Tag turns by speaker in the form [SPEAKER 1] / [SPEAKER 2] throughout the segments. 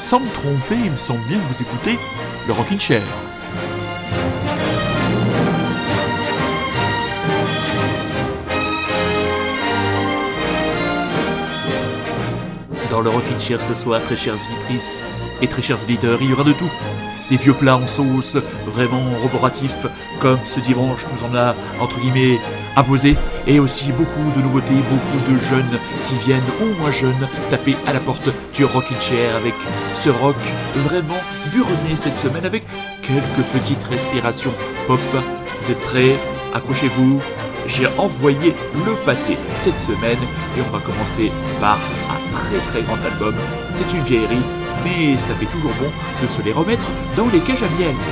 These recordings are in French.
[SPEAKER 1] sans me tromper, il me semble bien que vous écoutez le Rockin' Chair. Dans le Rockin' Chair ce soir, très chères auditrices et très chers auditeurs, il y aura de tout. Des vieux plats en sauce, vraiment roboratifs, comme ce dimanche nous en a, entre guillemets, imposé, et aussi beaucoup de nouveautés, beaucoup de jeunes qui viennent, au moins jeunes, taper à la porte du Rockin' Chair avec ce rock vraiment buronné cette semaine, avec quelques petites respirations pop. Vous êtes prêts? Accrochez-vous. J'ai envoyé le pâté cette semaine et on va commencer par un très très grand album. C'est une vieillerie, mais ça fait toujours bon de se les remettre dans les cages à miel.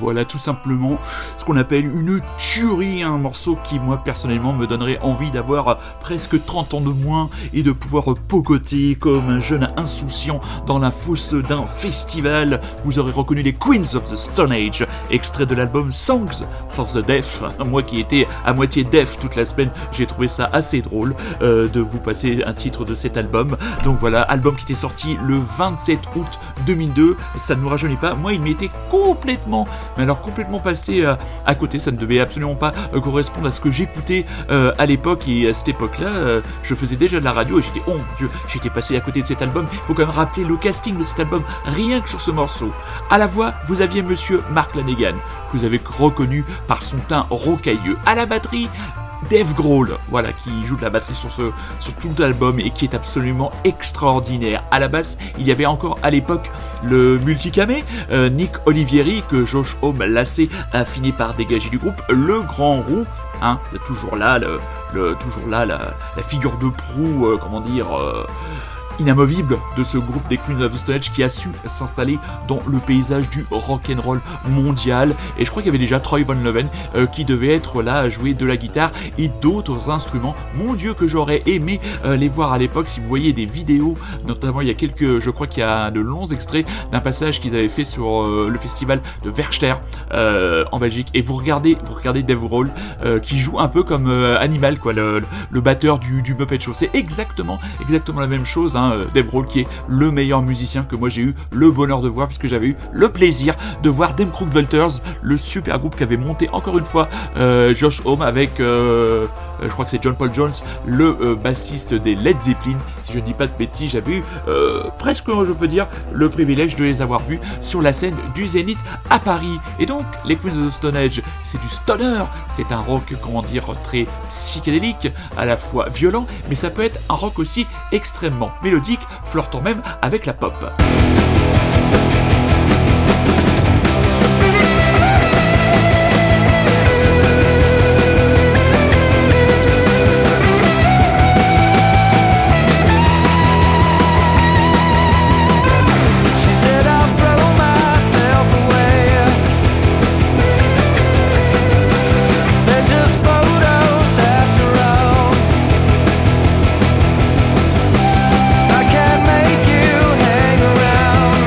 [SPEAKER 1] Voilà, tout simplement ce qu'on appelle une tuerie, un morceau qui, moi, personnellement, me donnerait envie d'avoir presque 30 ans de moins et de pouvoir pogoter comme un jeune insouciant dans la fosse d'un festival. Vous aurez reconnu les Queens of the Stone Age, extrait de l'album Songs for the Deaf. Moi qui étais à moitié deaf toute la semaine, j'ai trouvé ça assez drôle de vous passer un titre de cet album. Donc voilà, album qui était sorti le 27 août 2002. Ça ne nous rajeunit pas. Moi, il m'était complètement passé à côté. Ça ne devait absolument pas correspondre à ce que j'écoutais à l'époque. Et à cette époque-là, je faisais déjà de la radio et j'étais, oh mon Dieu, j'étais passé à côté de cet album. Il faut quand même rappeler le casting de cet album, rien que sur ce morceau. À la voix, vous aviez monsieur Mark Lanegan, que vous avez reconnu par son teint rocailleux. À la batterie, Dave Grohl, voilà, qui joue de la batterie sur tout l'album et qui est absolument extraordinaire. À la basse, il y avait encore à l'époque le multicamé, Nick Olivieri, que Josh Homme Lassé a fini par dégager du groupe, le grand roux, toujours là, la figure de proue, inamovible de ce groupe des Queens of the Stone Age qui a su s'installer dans le paysage du rock'n'roll mondial. Et je crois qu'il y avait déjà Troy Von Leven qui devait être là à jouer de la guitare et d'autres instruments. Mon Dieu, que j'aurais aimé les voir à l'époque. Si vous voyez des vidéos, notamment il y a je crois qu'il y a de longs extraits d'un passage qu'ils avaient fait sur le festival de Werchter en Belgique. Et vous regardez Dave Grohl qui joue un peu comme Animal, quoi, le batteur du Muppet Show. C'est exactement la même chose, Dave Grohl qui est le meilleur musicien que moi j'ai eu le bonheur de voir, puisque j'avais eu le plaisir de voir Them Crooked Vultures, le super groupe qui avait monté encore une fois Josh Homme avec je crois que c'est John Paul Jones, le bassiste des Led Zeppelin. Si je ne dis pas de bêtises, j'avais eu presque, je peux dire, le privilège de les avoir vus sur la scène du Zénith à Paris. Et donc les Queens of the Stone Age, c'est du stoner, c'est un rock, très psychédélique, à la fois violent, mais ça peut être un rock aussi extrêmement mélodique, flirtant même avec la pop.
[SPEAKER 2] I can't make you hang around.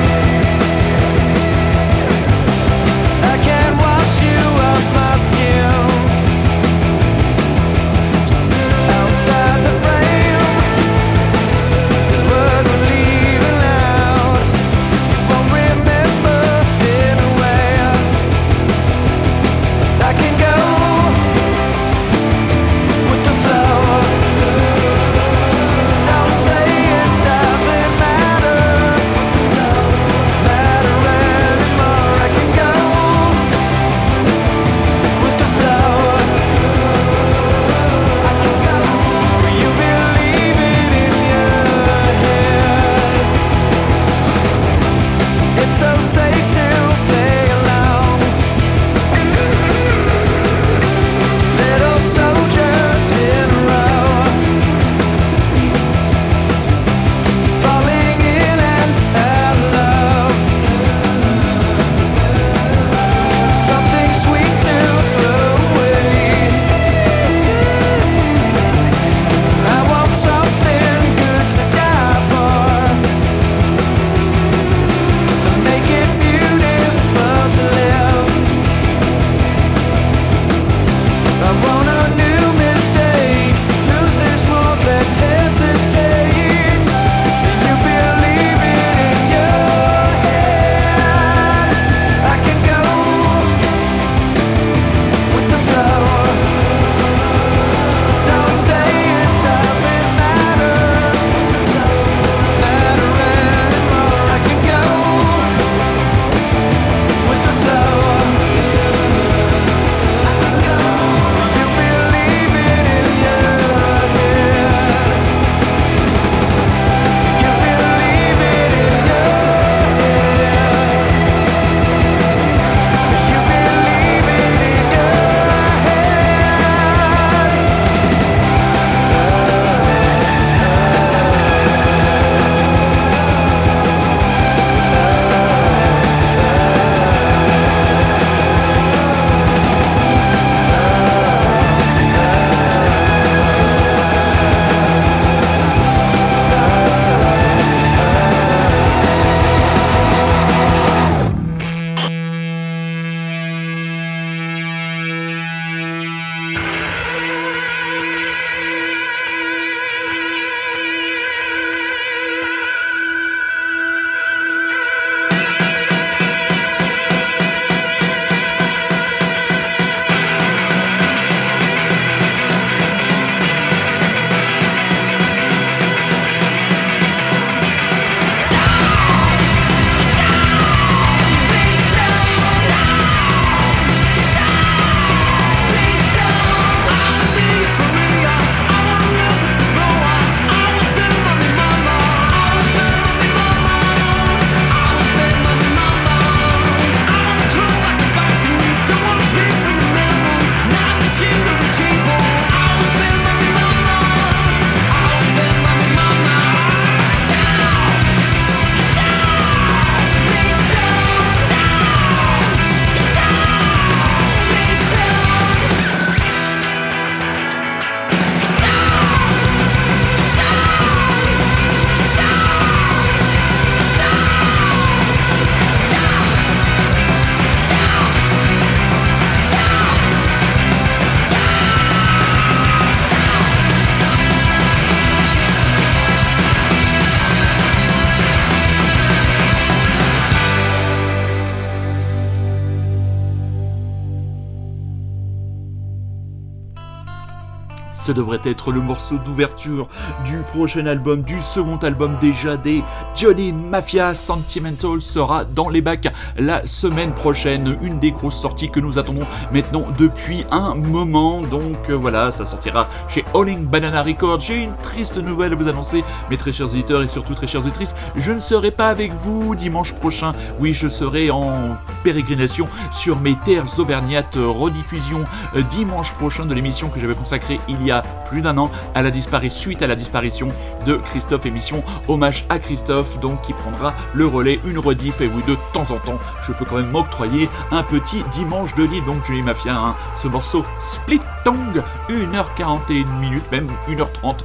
[SPEAKER 1] Ce devrait être le morceau d'ouverture du prochain album, du second album déjà des Johnny Mafia. Sentimental sera dans les bacs la semaine prochaine. Une des grosses sorties que nous attendons maintenant depuis un moment. Donc voilà, ça sortira chez Howling Banana Records. J'ai une triste nouvelle à vous annoncer, mes très chers auditeurs et surtout très chères auditrices. Je ne serai pas avec vous dimanche prochain. Oui, je serai en pérégrination sur mes terres auvergnates. Rediffusion dimanche prochain de l'émission que j'avais consacrée il y a plus d'un an suite à la disparition de Christophe, émission hommage à Christophe, donc qui prendra le relais, une rediff. Et oui, de temps en temps, je peux quand même m'octroyer un petit dimanche de libre. Donc Johnny Mafia, ce morceau Split Tongue, 1h41 minutes, même 1h30,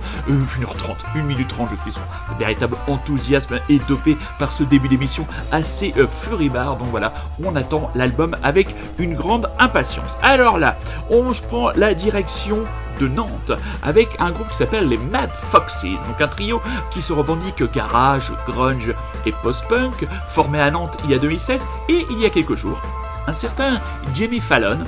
[SPEAKER 1] 1 minute 30, je suis un véritable enthousiasme et dopé par ce début d'émission assez furibard. Donc voilà, on attend l'album avec une grande impatience. Alors là, on se prend la direction de Nantes avec un groupe qui s'appelle les Mad Foxes, donc un trio qui se revendique garage, grunge et post-punk, formé à Nantes il y a 2016 et il y a quelques jours. Un certain Jimmy Fallon,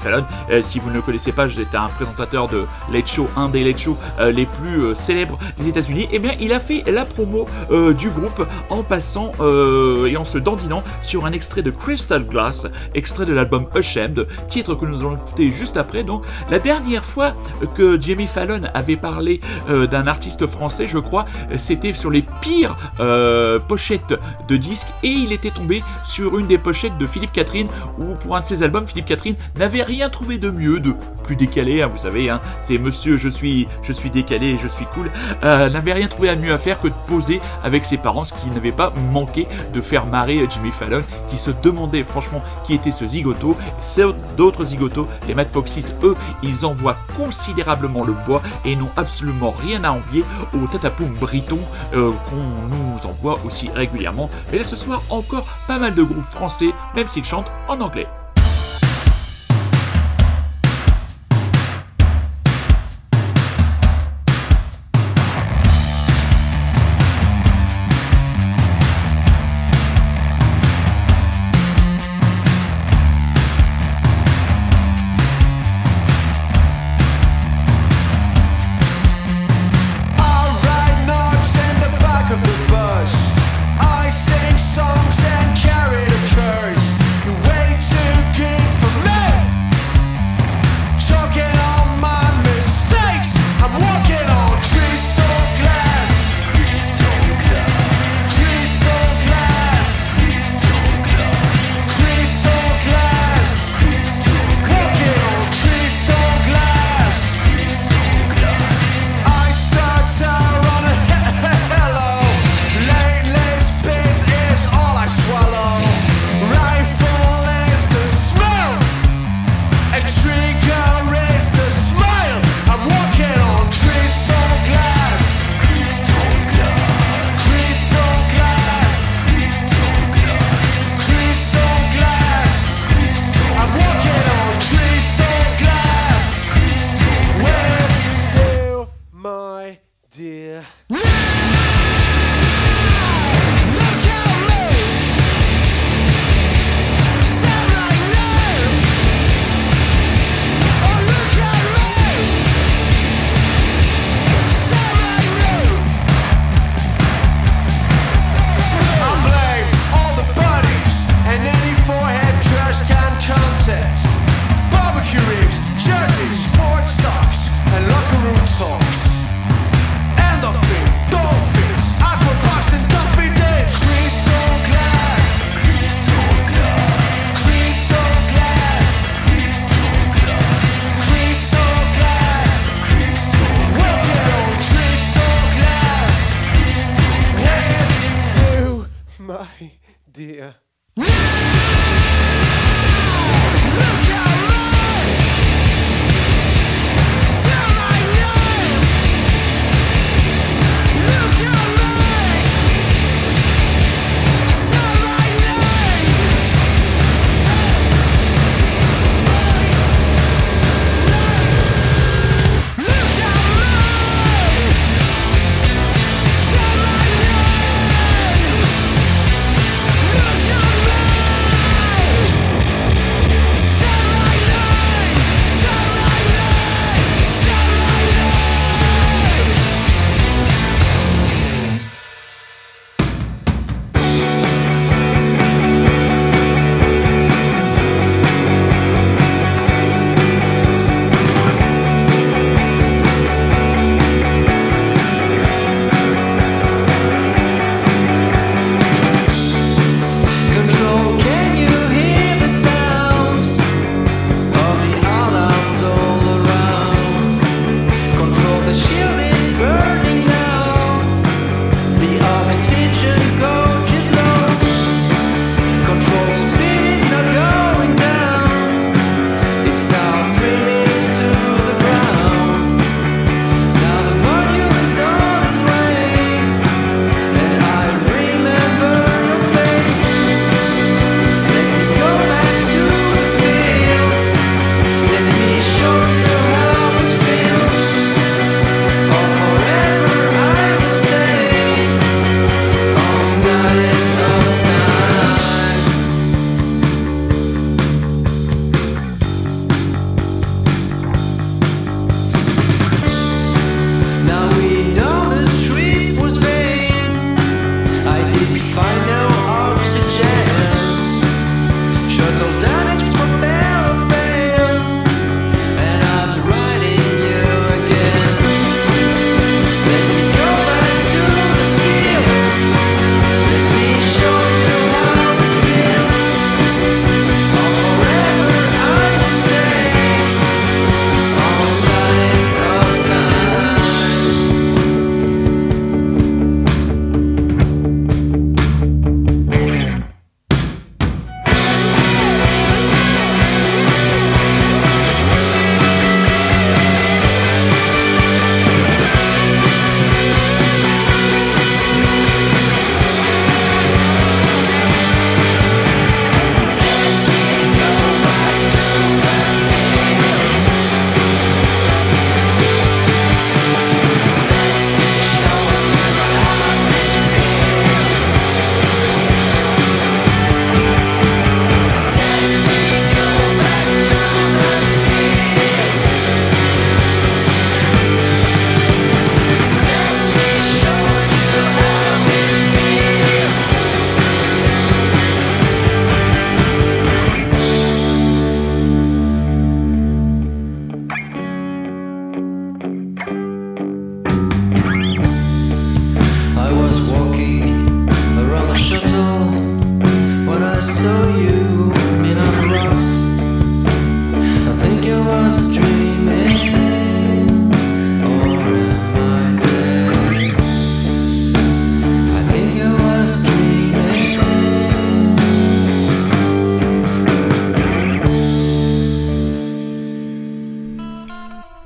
[SPEAKER 1] si vous ne le connaissez pas, c'est un présentateur de Late Show, un des Late Show les plus célèbres des États-Unis. Et bien, il a fait la promo du groupe en passant et en se dandinant sur un extrait de Crystal Glass, extrait de l'album Ashamed, titre que nous allons écouter juste après. Donc, la dernière fois que Jimmy Fallon avait parlé d'un artiste français, je crois, c'était sur les pires pochettes de disques, et il était tombé sur une des pochettes de Philippe Catherine, où pour un de ses albums, Philippe Catherine n'avait rien trouvé de mieux, de plus décalé, vous savez, c'est monsieur je suis décalé, je suis cool, n'avait rien trouvé à mieux à faire que de poser avec ses parents, ce qui n'avait pas manqué de faire marrer Jimmy Fallon, qui se demandait franchement qui était ce zigoto. D'autres zigotos, les Mad Foxes, eux, ils envoient considérablement le bois et n'ont absolument rien à envier au tatapoum briton qu'on nous envoie aussi régulièrement. Mais là ce soir, encore pas mal de groupes français, même s'ils chantent en anglais.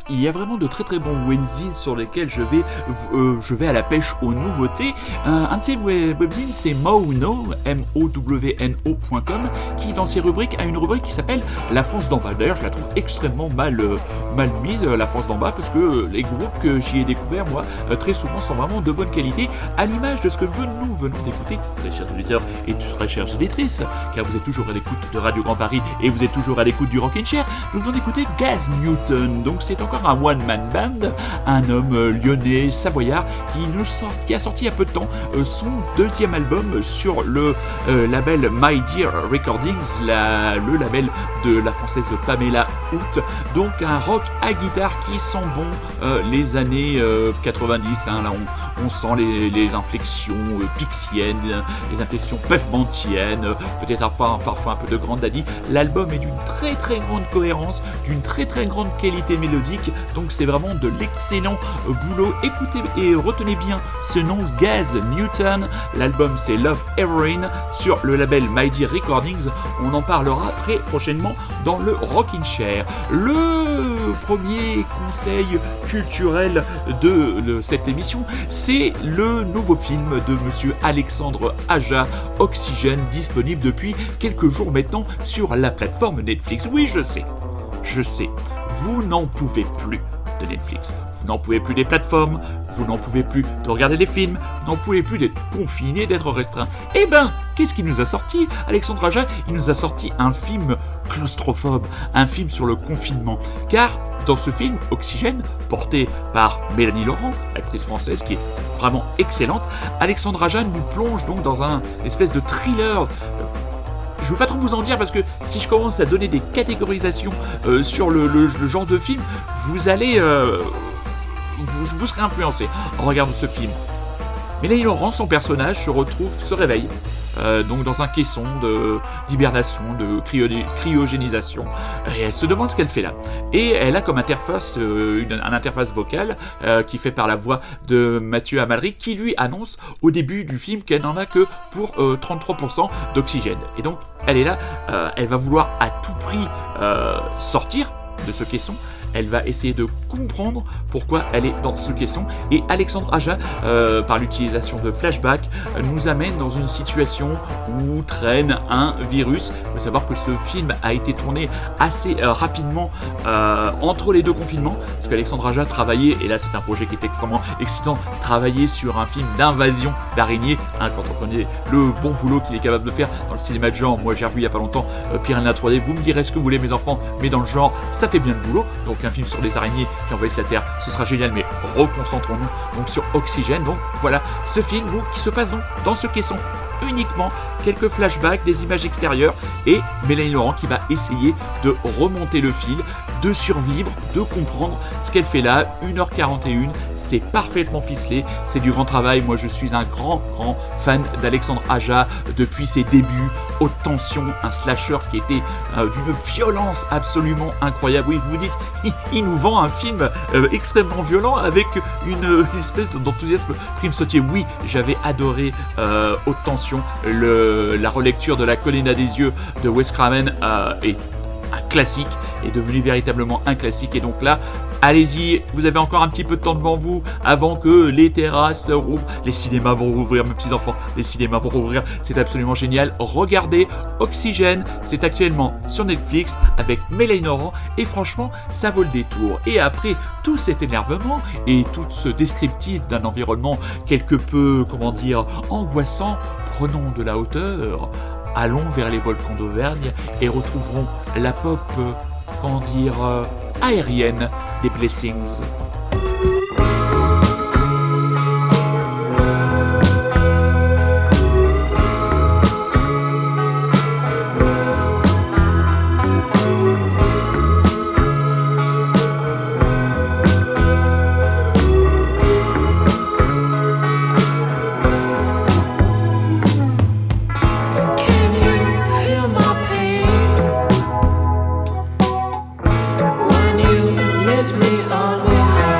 [SPEAKER 1] il y a vraiment de très très bons webzines sur lesquels je vais à la pêche aux nouveautés. Un de ces webzines, c'est Mowno, MOWNO.com, qui dans ses rubriques a une rubrique qui s'appelle La France d'en bas. D'ailleurs, je la trouve extrêmement mal mise, La France d'en bas, parce que les groupes que j'y ai découverts, moi, très souvent sont vraiment de bonne qualité, à l'image de ce que nous venons d'écouter, très chers auditeurs et très chères auditrices, car vous êtes toujours à l'écoute de Radio Grand Paris et vous êtes toujours à l'écoute du Rockin' Chair. Nous venons d'écouter Gaz Newton, donc c'est encore un one-man band, un homme lyonnais, savoyard, qui a sorti il y a peu de temps son deuxième album sur le label My Dear Recordings, le label de la française Pamela Hout, donc un rock à guitare qui sent bon les années 90, hein, là on sent les inflexions pixiennes, les inflexions pavementiennes, peut-être parfois un peu de Grand Daddy. L'album est d'une très très grande cohérence, d'une très très grande qualité mélodique, donc c'est vraiment de l'excellent boulot. Écoutez et retenez bien ce nom, Gaz Newton. L'album c'est Love Everine sur le label My Dear Recordings. On en parlera très prochainement dans le Rockin' Chair. Le premier conseil culturel de cette émission, c'est le nouveau film de monsieur Alexandre Aja, Oxygène, disponible depuis quelques jours maintenant sur la plateforme Netflix. Oui, je sais, vous n'en pouvez plus de Netflix. Vous n'en pouvez plus des plateformes, vous n'en pouvez plus de regarder des films, vous n'en pouvez plus d'être confiné, d'être restreint. Eh ben, qu'est-ce qu'il nous a sorti, Alexandre Aja? Il nous a sorti un film claustrophobe, un film sur le confinement. Car dans ce film, Oxygène, porté par Mélanie Laurent, actrice française qui est vraiment excellente, Alexandre Aja nous plonge donc dans un espèce de thriller. Je ne veux pas trop vous en dire parce que si je commence à donner des catégorisations sur le genre de film, vous allez... vous serez influencé en regardant ce film. Mélanie Laurent, son personnage, se réveille donc dans un caisson d'hibernation, de cryogénisation, et elle se demande ce qu'elle fait là. Et elle a comme interface une interface vocale qui est faite par la voix de Mathieu Amalric, qui lui annonce au début du film qu'elle n'en a que pour 33% d'oxygène. Et donc elle est là, elle va vouloir à tout prix sortir de ce caisson. Elle va essayer de comprendre pourquoi elle est dans ce caisson. Et Alexandre Aja, par l'utilisation de flashbacks, nous amène dans une situation où traîne un virus. Il faut savoir que ce film a été tourné assez rapidement entre les deux confinements, parce qu'Alexandre Aja travaillait, et là c'est un projet qui est extrêmement excitant, travaillait sur un film d'invasion d'araignées, hein, quand on connaît le bon boulot qu'il est capable de faire dans le cinéma de genre. Moi j'ai revu il n'y a pas longtemps Piranha 3D, vous me direz ce que vous voulez mes enfants, mais dans le genre ça fait bien le boulot. Donc un film sur des araignées qui envahissent la Terre, ce sera génial, mais reconcentrons-nous donc sur Oxygène. Donc voilà, ce film qui se passe donc dans ce caisson uniquement, quelques flashbacks, des images extérieures, et Mélanie Laurent qui va essayer de remonter le fil, de survivre, de comprendre ce qu'elle fait là. 1h41, c'est parfaitement ficelé, c'est du grand travail. Moi je suis un grand fan d'Alexandre Aja depuis ses débuts. Haute tension, un slasher qui était d'une violence absolument incroyable. Oui, vous vous dites, il nous vend un film extrêmement violent avec une espèce d'enthousiasme prime sautier. Oui, j'avais adoré Haute tension, la relecture de La Colline à des yeux de Wes Craven est un classique, est devenu véritablement un classique. Et donc là, allez-y, vous avez encore un petit peu de temps devant vous avant que les terrasses rouvrent. Les cinémas vont rouvrir, mes petits enfants, les cinémas vont rouvrir, c'est absolument génial. Regardez Oxygène, c'est actuellement sur Netflix avec Mélanie Laurent, et franchement ça vaut le détour. Et après tout cet énervement et tout ce descriptif d'un environnement quelque peu, angoissant, prenons de la hauteur, allons vers les volcans d'Auvergne et retrouverons la pop, aérienne des Blessings.
[SPEAKER 2] When you let me on your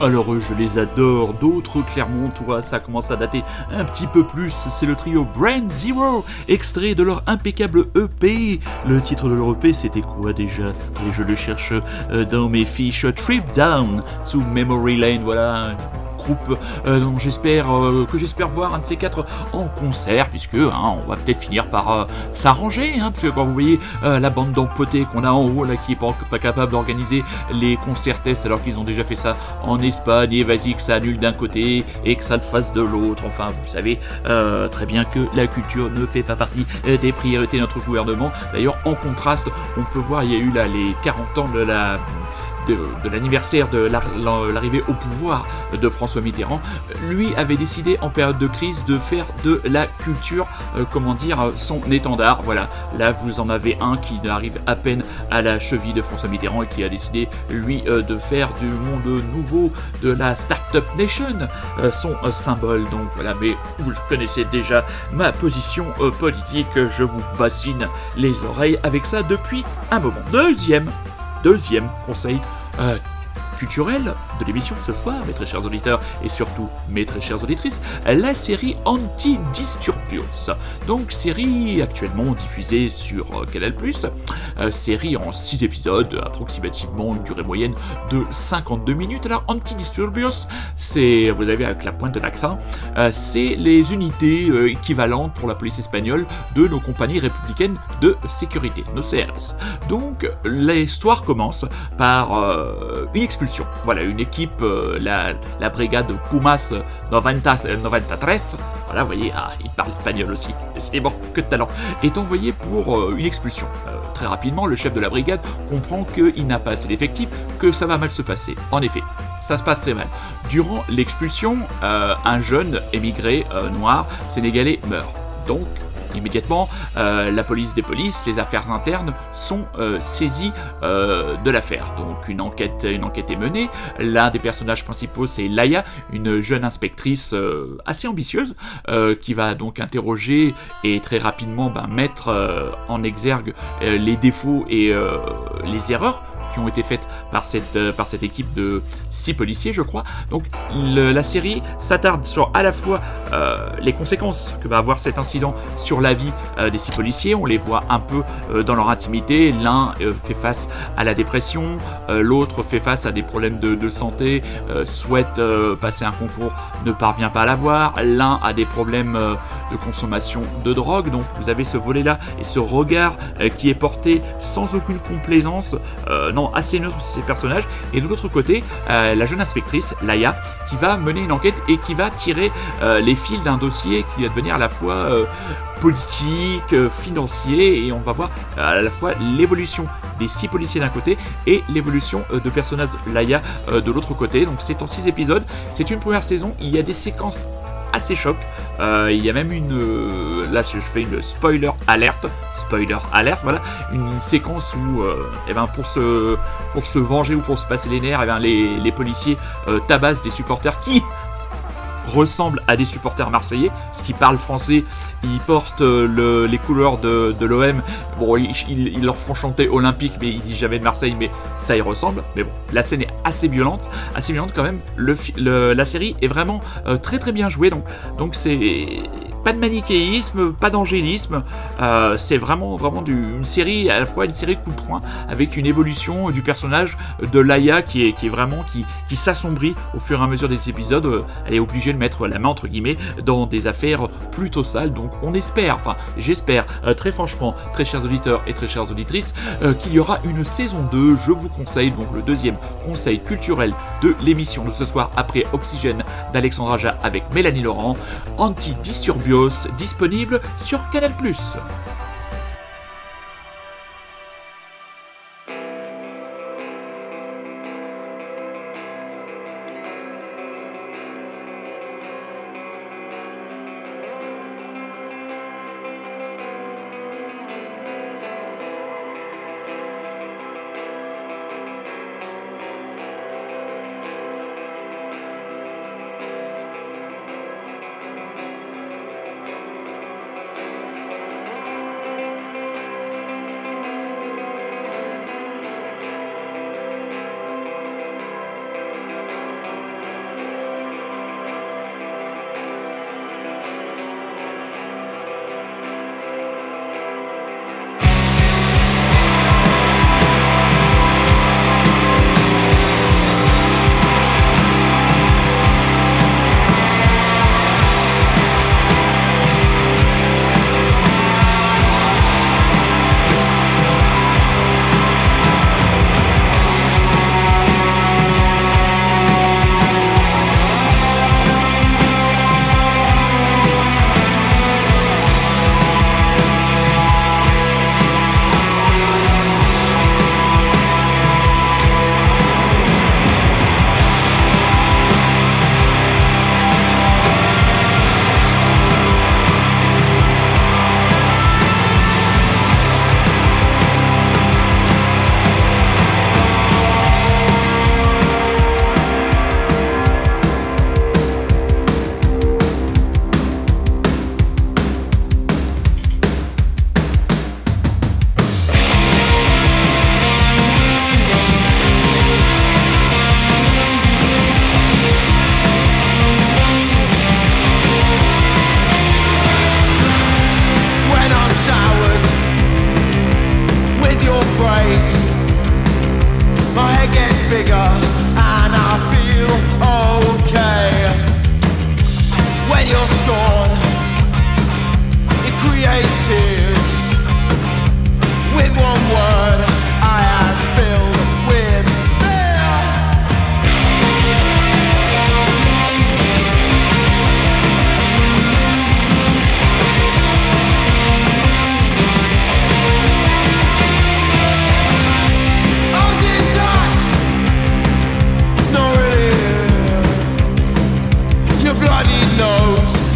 [SPEAKER 1] Alors je les adore, d'autres clairement, toi, ça commence à dater un petit peu plus, c'est le trio Brand Zero, extrait de leur impeccable EP. Le titre de leur EP c'était quoi déjà? Et je le cherche dans mes fiches. Trip Down sous Memory Lane, voilà. Groupe dont j'espère voir un de ces quatre en concert, puisque on va peut-être finir par s'arranger, parce que quand vous voyez la bande d'empotés qu'on a en haut là, qui est pas capable d'organiser les concerts tests alors qu'ils ont déjà fait ça en Espagne, et vas-y que ça annule d'un côté et que ça le fasse de l'autre, enfin vous savez très bien que la culture ne fait pas partie des priorités de notre gouvernement. D'ailleurs en contraste on peut voir, il y a eu là les 40 ans de l'anniversaire de l'arrivée au pouvoir de François Mitterrand. Lui avait décidé en période de crise de faire de la culture, son étendard. Voilà, là vous en avez un qui arrive à peine à la cheville de François Mitterrand et qui a décidé, lui, de faire du monde nouveau, de la Startup Nation, son symbole. Donc voilà, mais vous connaissez déjà ma position politique, je vous bassine les oreilles avec ça depuis un moment. Deuxième conseil culturel de l'émission ce soir, mes très chers auditeurs et surtout mes très chères auditrices, la série Antidisturbios. Donc série actuellement diffusée sur Canal+, série en 6 épisodes, approximativement une durée moyenne de 52 minutes. Alors Antidisturbios, c'est, vous avez avec la pointe de l'accent, c'est les unités équivalentes pour la police espagnole de nos compagnies républicaines de sécurité, nos CRS. Donc l'histoire commence par une expulsion. Voilà, une équipe, la brigade Pumas 93, voilà, vous voyez, il parle espagnol aussi, décidément, que de talent, est envoyé pour une expulsion. Très rapidement, le chef de la brigade comprend qu'il n'a pas assez d'effectifs, que ça va mal se passer. En effet, ça se passe très mal. Durant l'expulsion, un jeune émigré noir sénégalais meurt. Donc, immédiatement, la police des polices, les affaires internes sont saisies de l'affaire. Donc une enquête est menée. L'un des personnages principaux, c'est Laïa, une jeune inspectrice assez ambitieuse, qui va donc interroger et très rapidement mettre en exergue les défauts et les erreurs qui ont été faites par cette équipe de 6 policiers, je crois. Donc la série s'attarde sur à la fois les conséquences que va avoir cet incident sur la vie des 6 policiers. On les voit un peu dans leur intimité. L'un fait face à la dépression, l'autre fait face à des problèmes de santé, souhaite passer un concours, ne parvient pas à l'avoir. L'un a des problèmes de consommation de drogue. Donc vous avez ce volet-là et ce regard qui est porté sans aucune complaisance, assez neutre sur ces personnages, et de l'autre côté la jeune inspectrice Laïa qui va mener une enquête et qui va tirer les fils d'un dossier qui va devenir à la fois politique, financier, et on va voir à la fois l'évolution des 6 policiers d'un côté et l'évolution de personnage Laïa de l'autre côté. Donc c'est en 6 épisodes, c'est une première saison, il y a des séquences assez choc. Il y a même là je fais une spoiler alerte, voilà, une séquence où pour se venger ou pour se passer les nerfs, les policiers tabassent des supporters qui ressemblent à des supporters marseillais, parce qu'ils parlent français, ils portent les couleurs de l'OM. Bon, ils leur font chanter Olympique, mais ils disent jamais de Marseille, mais ça y ressemble. Mais bon, la scène est assez violente quand même. La série est vraiment très très bien jouée, donc c'est pas de manichéisme, pas d'angélisme, c'est vraiment une série, à la fois une série de coups de poing, avec une évolution du personnage de Laïa qui est vraiment, qui s'assombrit au fur et à mesure des épisodes. Elle est obligée de mettre la main entre guillemets dans des affaires plutôt sales. Donc j'espère très franchement, très chers auditeurs et très chères auditrices, qu'il y aura une saison 2. Je vous conseille donc le deuxième conseil culturel de l'émission de ce soir après Oxygène d'Alexandre Aja avec Mélanie Laurent, Antidisturbios, disponible sur Canal+.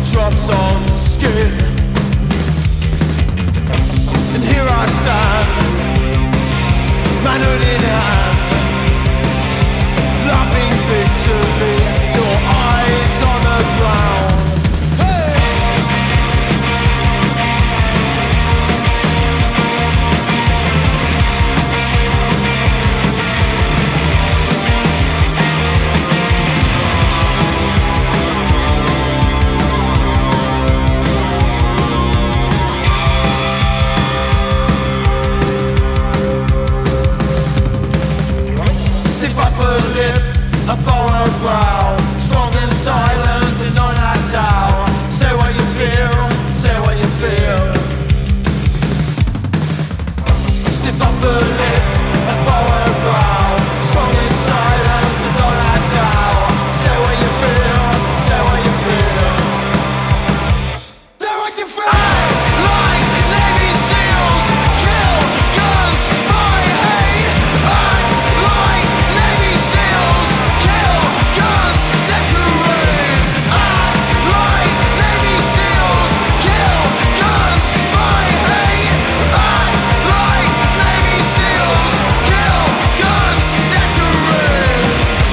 [SPEAKER 2] drops on skin. And here I stand, manhood in hand, laughing bitterly, your eyes on the ground. A borrowed brow, strong and silent is on that tower. Say what you feel, say what you feel. Stiff upper lip, a borrowed brow, strong and silent is on that tower. Say what you feel, say what you feel. Say what you feel. Act like Navy SEALs, kill guns, fight hate. Act like Navy SEALs. Guns, decorate. Act like Navy SEALs. Kill, guns, fight hate. Act like Navy SEALs. Kill, guns, decorate.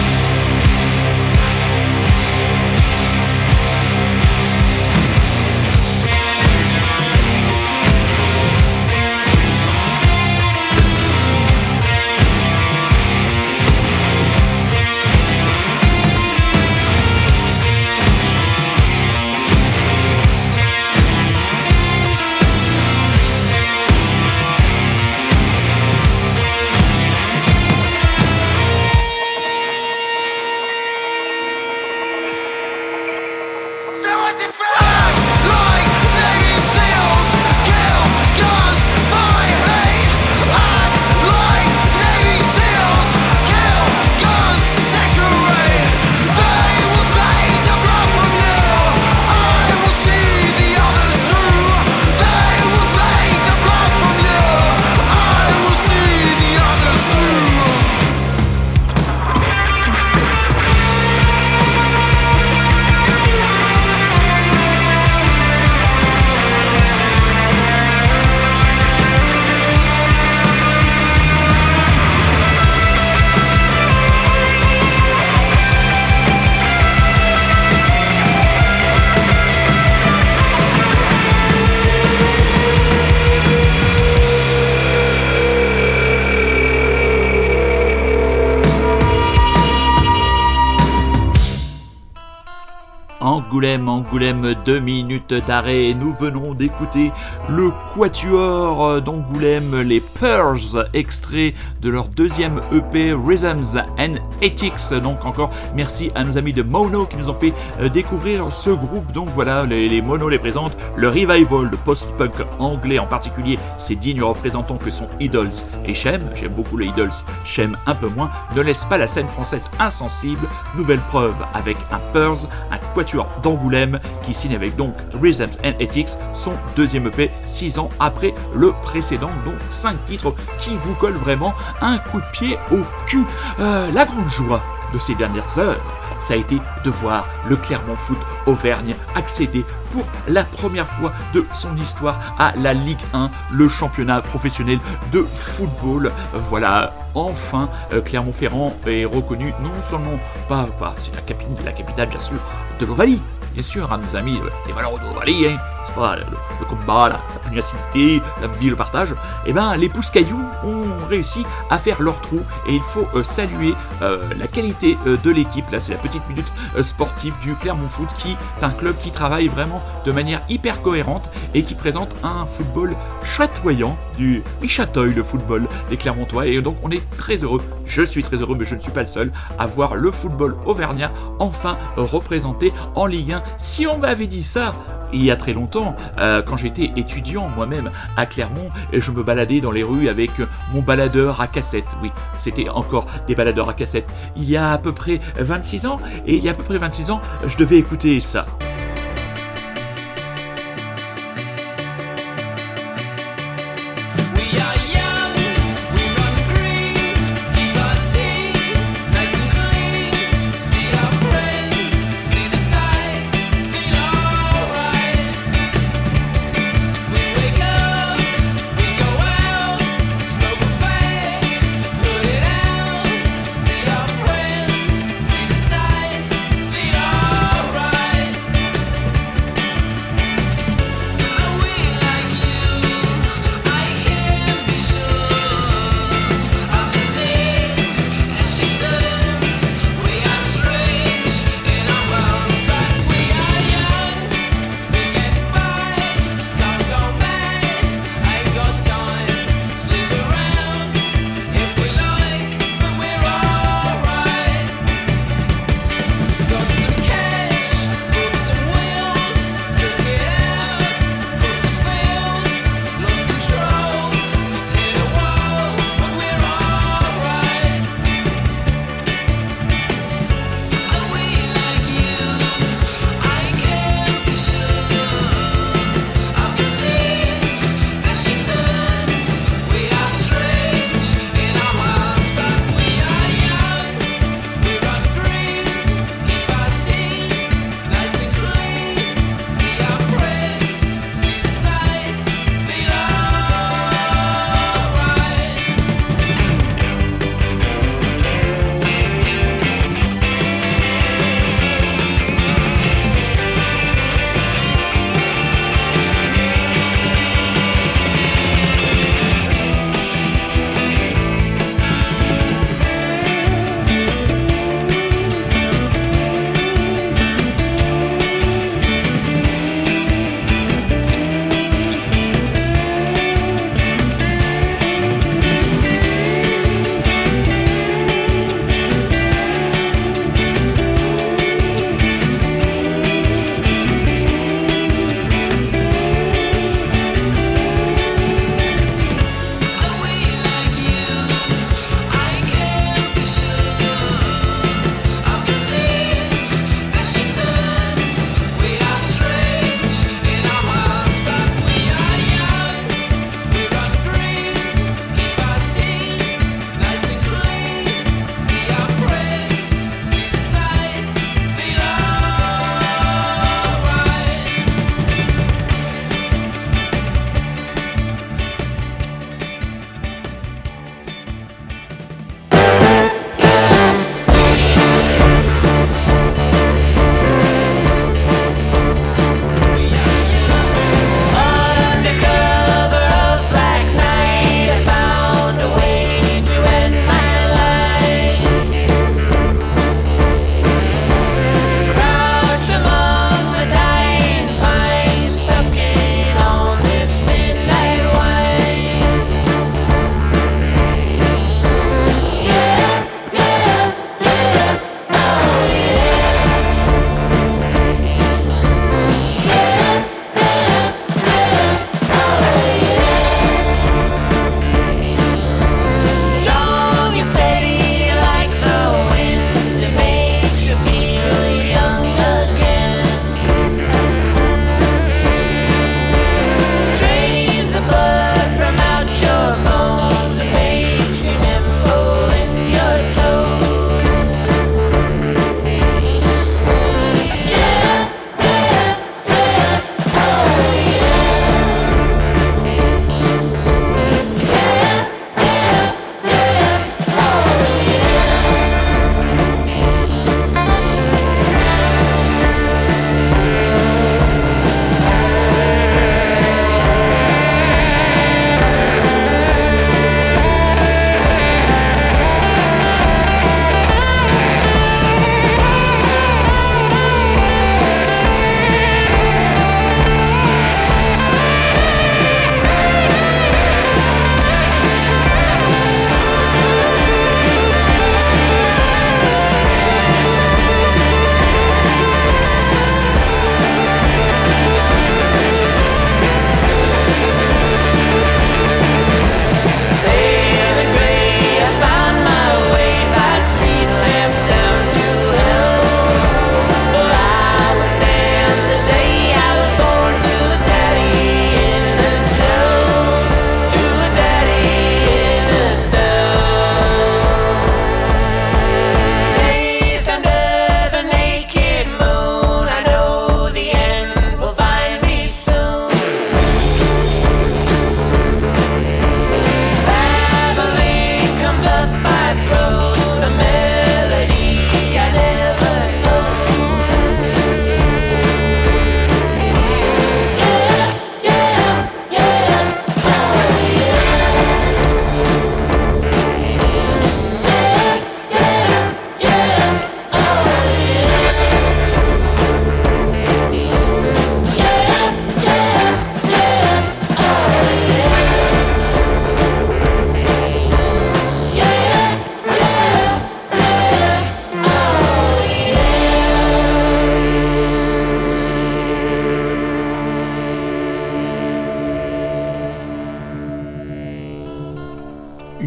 [SPEAKER 1] Angoulême, 2 minutes d'arrêt. Nous venons d'écouter le quatuor d'Angoulême, les Pearls, extrait de leur deuxième EP Rhythms and Ethics. Donc encore merci à nos amis de Mono qui nous ont fait découvrir ce groupe. Donc voilà, les Mono les présentent le revival de post-punk anglais en particulier. Ces dignes représentants que sont Idols et Shem. J'aime beaucoup les Idols, Shem un peu moins. Ne laisse pas la scène française insensible. Nouvelle preuve avec un Pearls, un quatuor d'Angoulême qui signe avec donc Rhythms and Ethics son deuxième EP 6 ans après le précédent. Donc 5 titres qui vous collent vraiment un coup de pied au cul. La grande joie de ces dernières heures, ça a été de voir le Clermont Foot Auvergne accéder pour la première fois de son histoire à la Ligue 1, le championnat professionnel de football. Voilà, enfin, Clermont-Ferrand est reconnu non seulement pas c'est la capitale bien sûr de l'Ovalie, bien sûr, à nos amis des valeurs de l'Ovalie, hein, c'est pas le combat, la pugnacité, la vie, le partage. Et ben, les Pousse-Cailloux ont réussi à faire leur trou et il faut saluer la qualité de l'équipe. Là, c'est la petite minute sportive du Clermont Foot qui est un club qui travaille vraiment de manière hyper cohérente et qui présente un football chatoyant, du Richatoy de football des Clermontois. Et donc, on est très heureux, je suis très heureux, mais je ne suis pas le seul à voir le football auvergnat enfin représenté en Ligue 1. Si on m'avait dit ça il y a très longtemps, quand j'étais étudiant moi-même à Clermont, et je me baladais dans les rues avec mon baladeur à cassette. Oui, c'était encore des baladeurs à cassette. Il y a à peu près 26 ans, et il y a à peu près 26 ans, je devais écouter ça.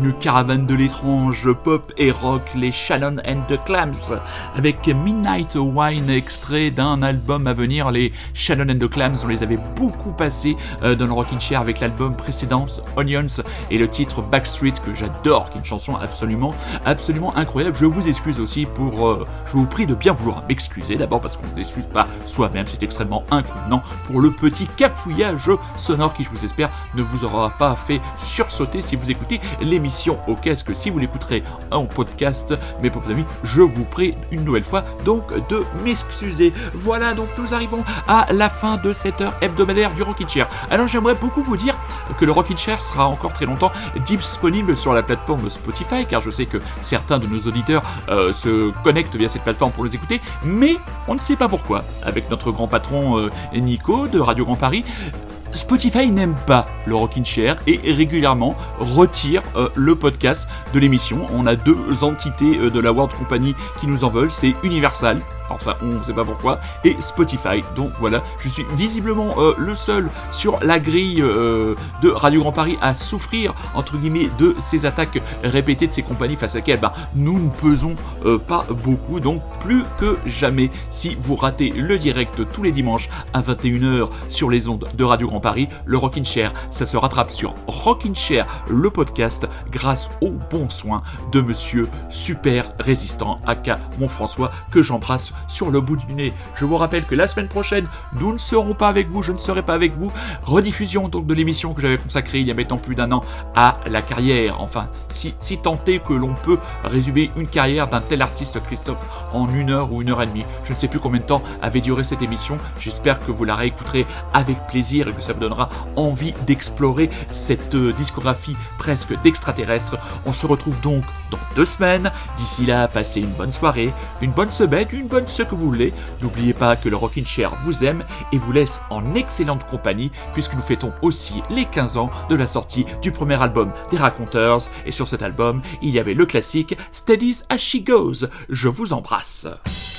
[SPEAKER 1] une caravane de l'étrange pop et rock, les Shannon and the Clams, avec Midnight Wine, extrait d'un album à venir. Les Shannon and the Clams, on les avait beaucoup passés dans le Rockin' Chair avec l'album précédent Onions et le titre Backstreet que j'adore, qui est une chanson absolument incroyable. Je vous excuse aussi je vous prie de bien vouloir m'excuser, d'abord parce qu'on ne s'excuse pas soi-même, c'est extrêmement inconvenant pour le petit cafouillage sonore qui, je vous espère, ne vous aura pas fait sursauter si vous écoutez l'émission au casque. Si vous l'écouterez en podcast, mes pauvres amis, je vous prie une nouvelle fois donc de m'excuser. Voilà, donc nous arrivons à la fin de cette heure hebdomadaire du Rockin' Chair. Alors j'aimerais beaucoup vous dire que le Rockin' Chair sera encore très longtemps disponible sur la plateforme Spotify, car je sais que certains de nos auditeurs se connectent via cette plateforme pour les écouter, mais on ne sait pas pourquoi. Avec notre grand patron Nico de Radio Grand Paris, Spotify n'aime pas le Rockin' Chair et régulièrement retire le podcast de l'émission. On a deux entités de la World Company qui nous en veulent, c'est Universal, alors ça on ne sait pas pourquoi, et Spotify. Donc voilà, je suis visiblement le seul sur la grille de Radio Grand Paris à souffrir entre guillemets de ces attaques répétées de ces compagnies face à lesquelles nous ne pesons pas beaucoup. Donc plus que jamais, si vous ratez le direct tous les dimanches à 21h sur les ondes de Radio Grand Paris, le Rockin' Chair, ça se rattrape sur Rockin' Chair, le podcast, grâce aux bons soins de monsieur Super Résistant, aka mon François, que j'embrasse sur le bout du nez. Je vous rappelle que la semaine prochaine, nous ne serons pas avec vous, je ne serai pas avec vous. Rediffusion donc de l'émission que j'avais consacrée il y a maintenant plus d'un an à la carrière, enfin, si tant est que l'on peut résumer une carrière d'un tel artiste, Christophe, en 1 heure ou 1 heure et demie. Je ne sais plus combien de temps avait duré cette émission, j'espère que vous la réécouterez avec plaisir et que ça vous donnera envie d'explorer cette discographie presque d'extraterrestre. On se retrouve donc dans 2 semaines. D'ici là, passez une bonne soirée, une bonne semaine, une bonne ce que vous voulez. N'oubliez pas que le Rockin' Chair vous aime et vous laisse en excellente compagnie, puisque nous fêtons aussi les 15 ans de la sortie du premier album des Raconteurs. Et sur cet album, il y avait le classique Steady as She Goes. Je vous embrasse.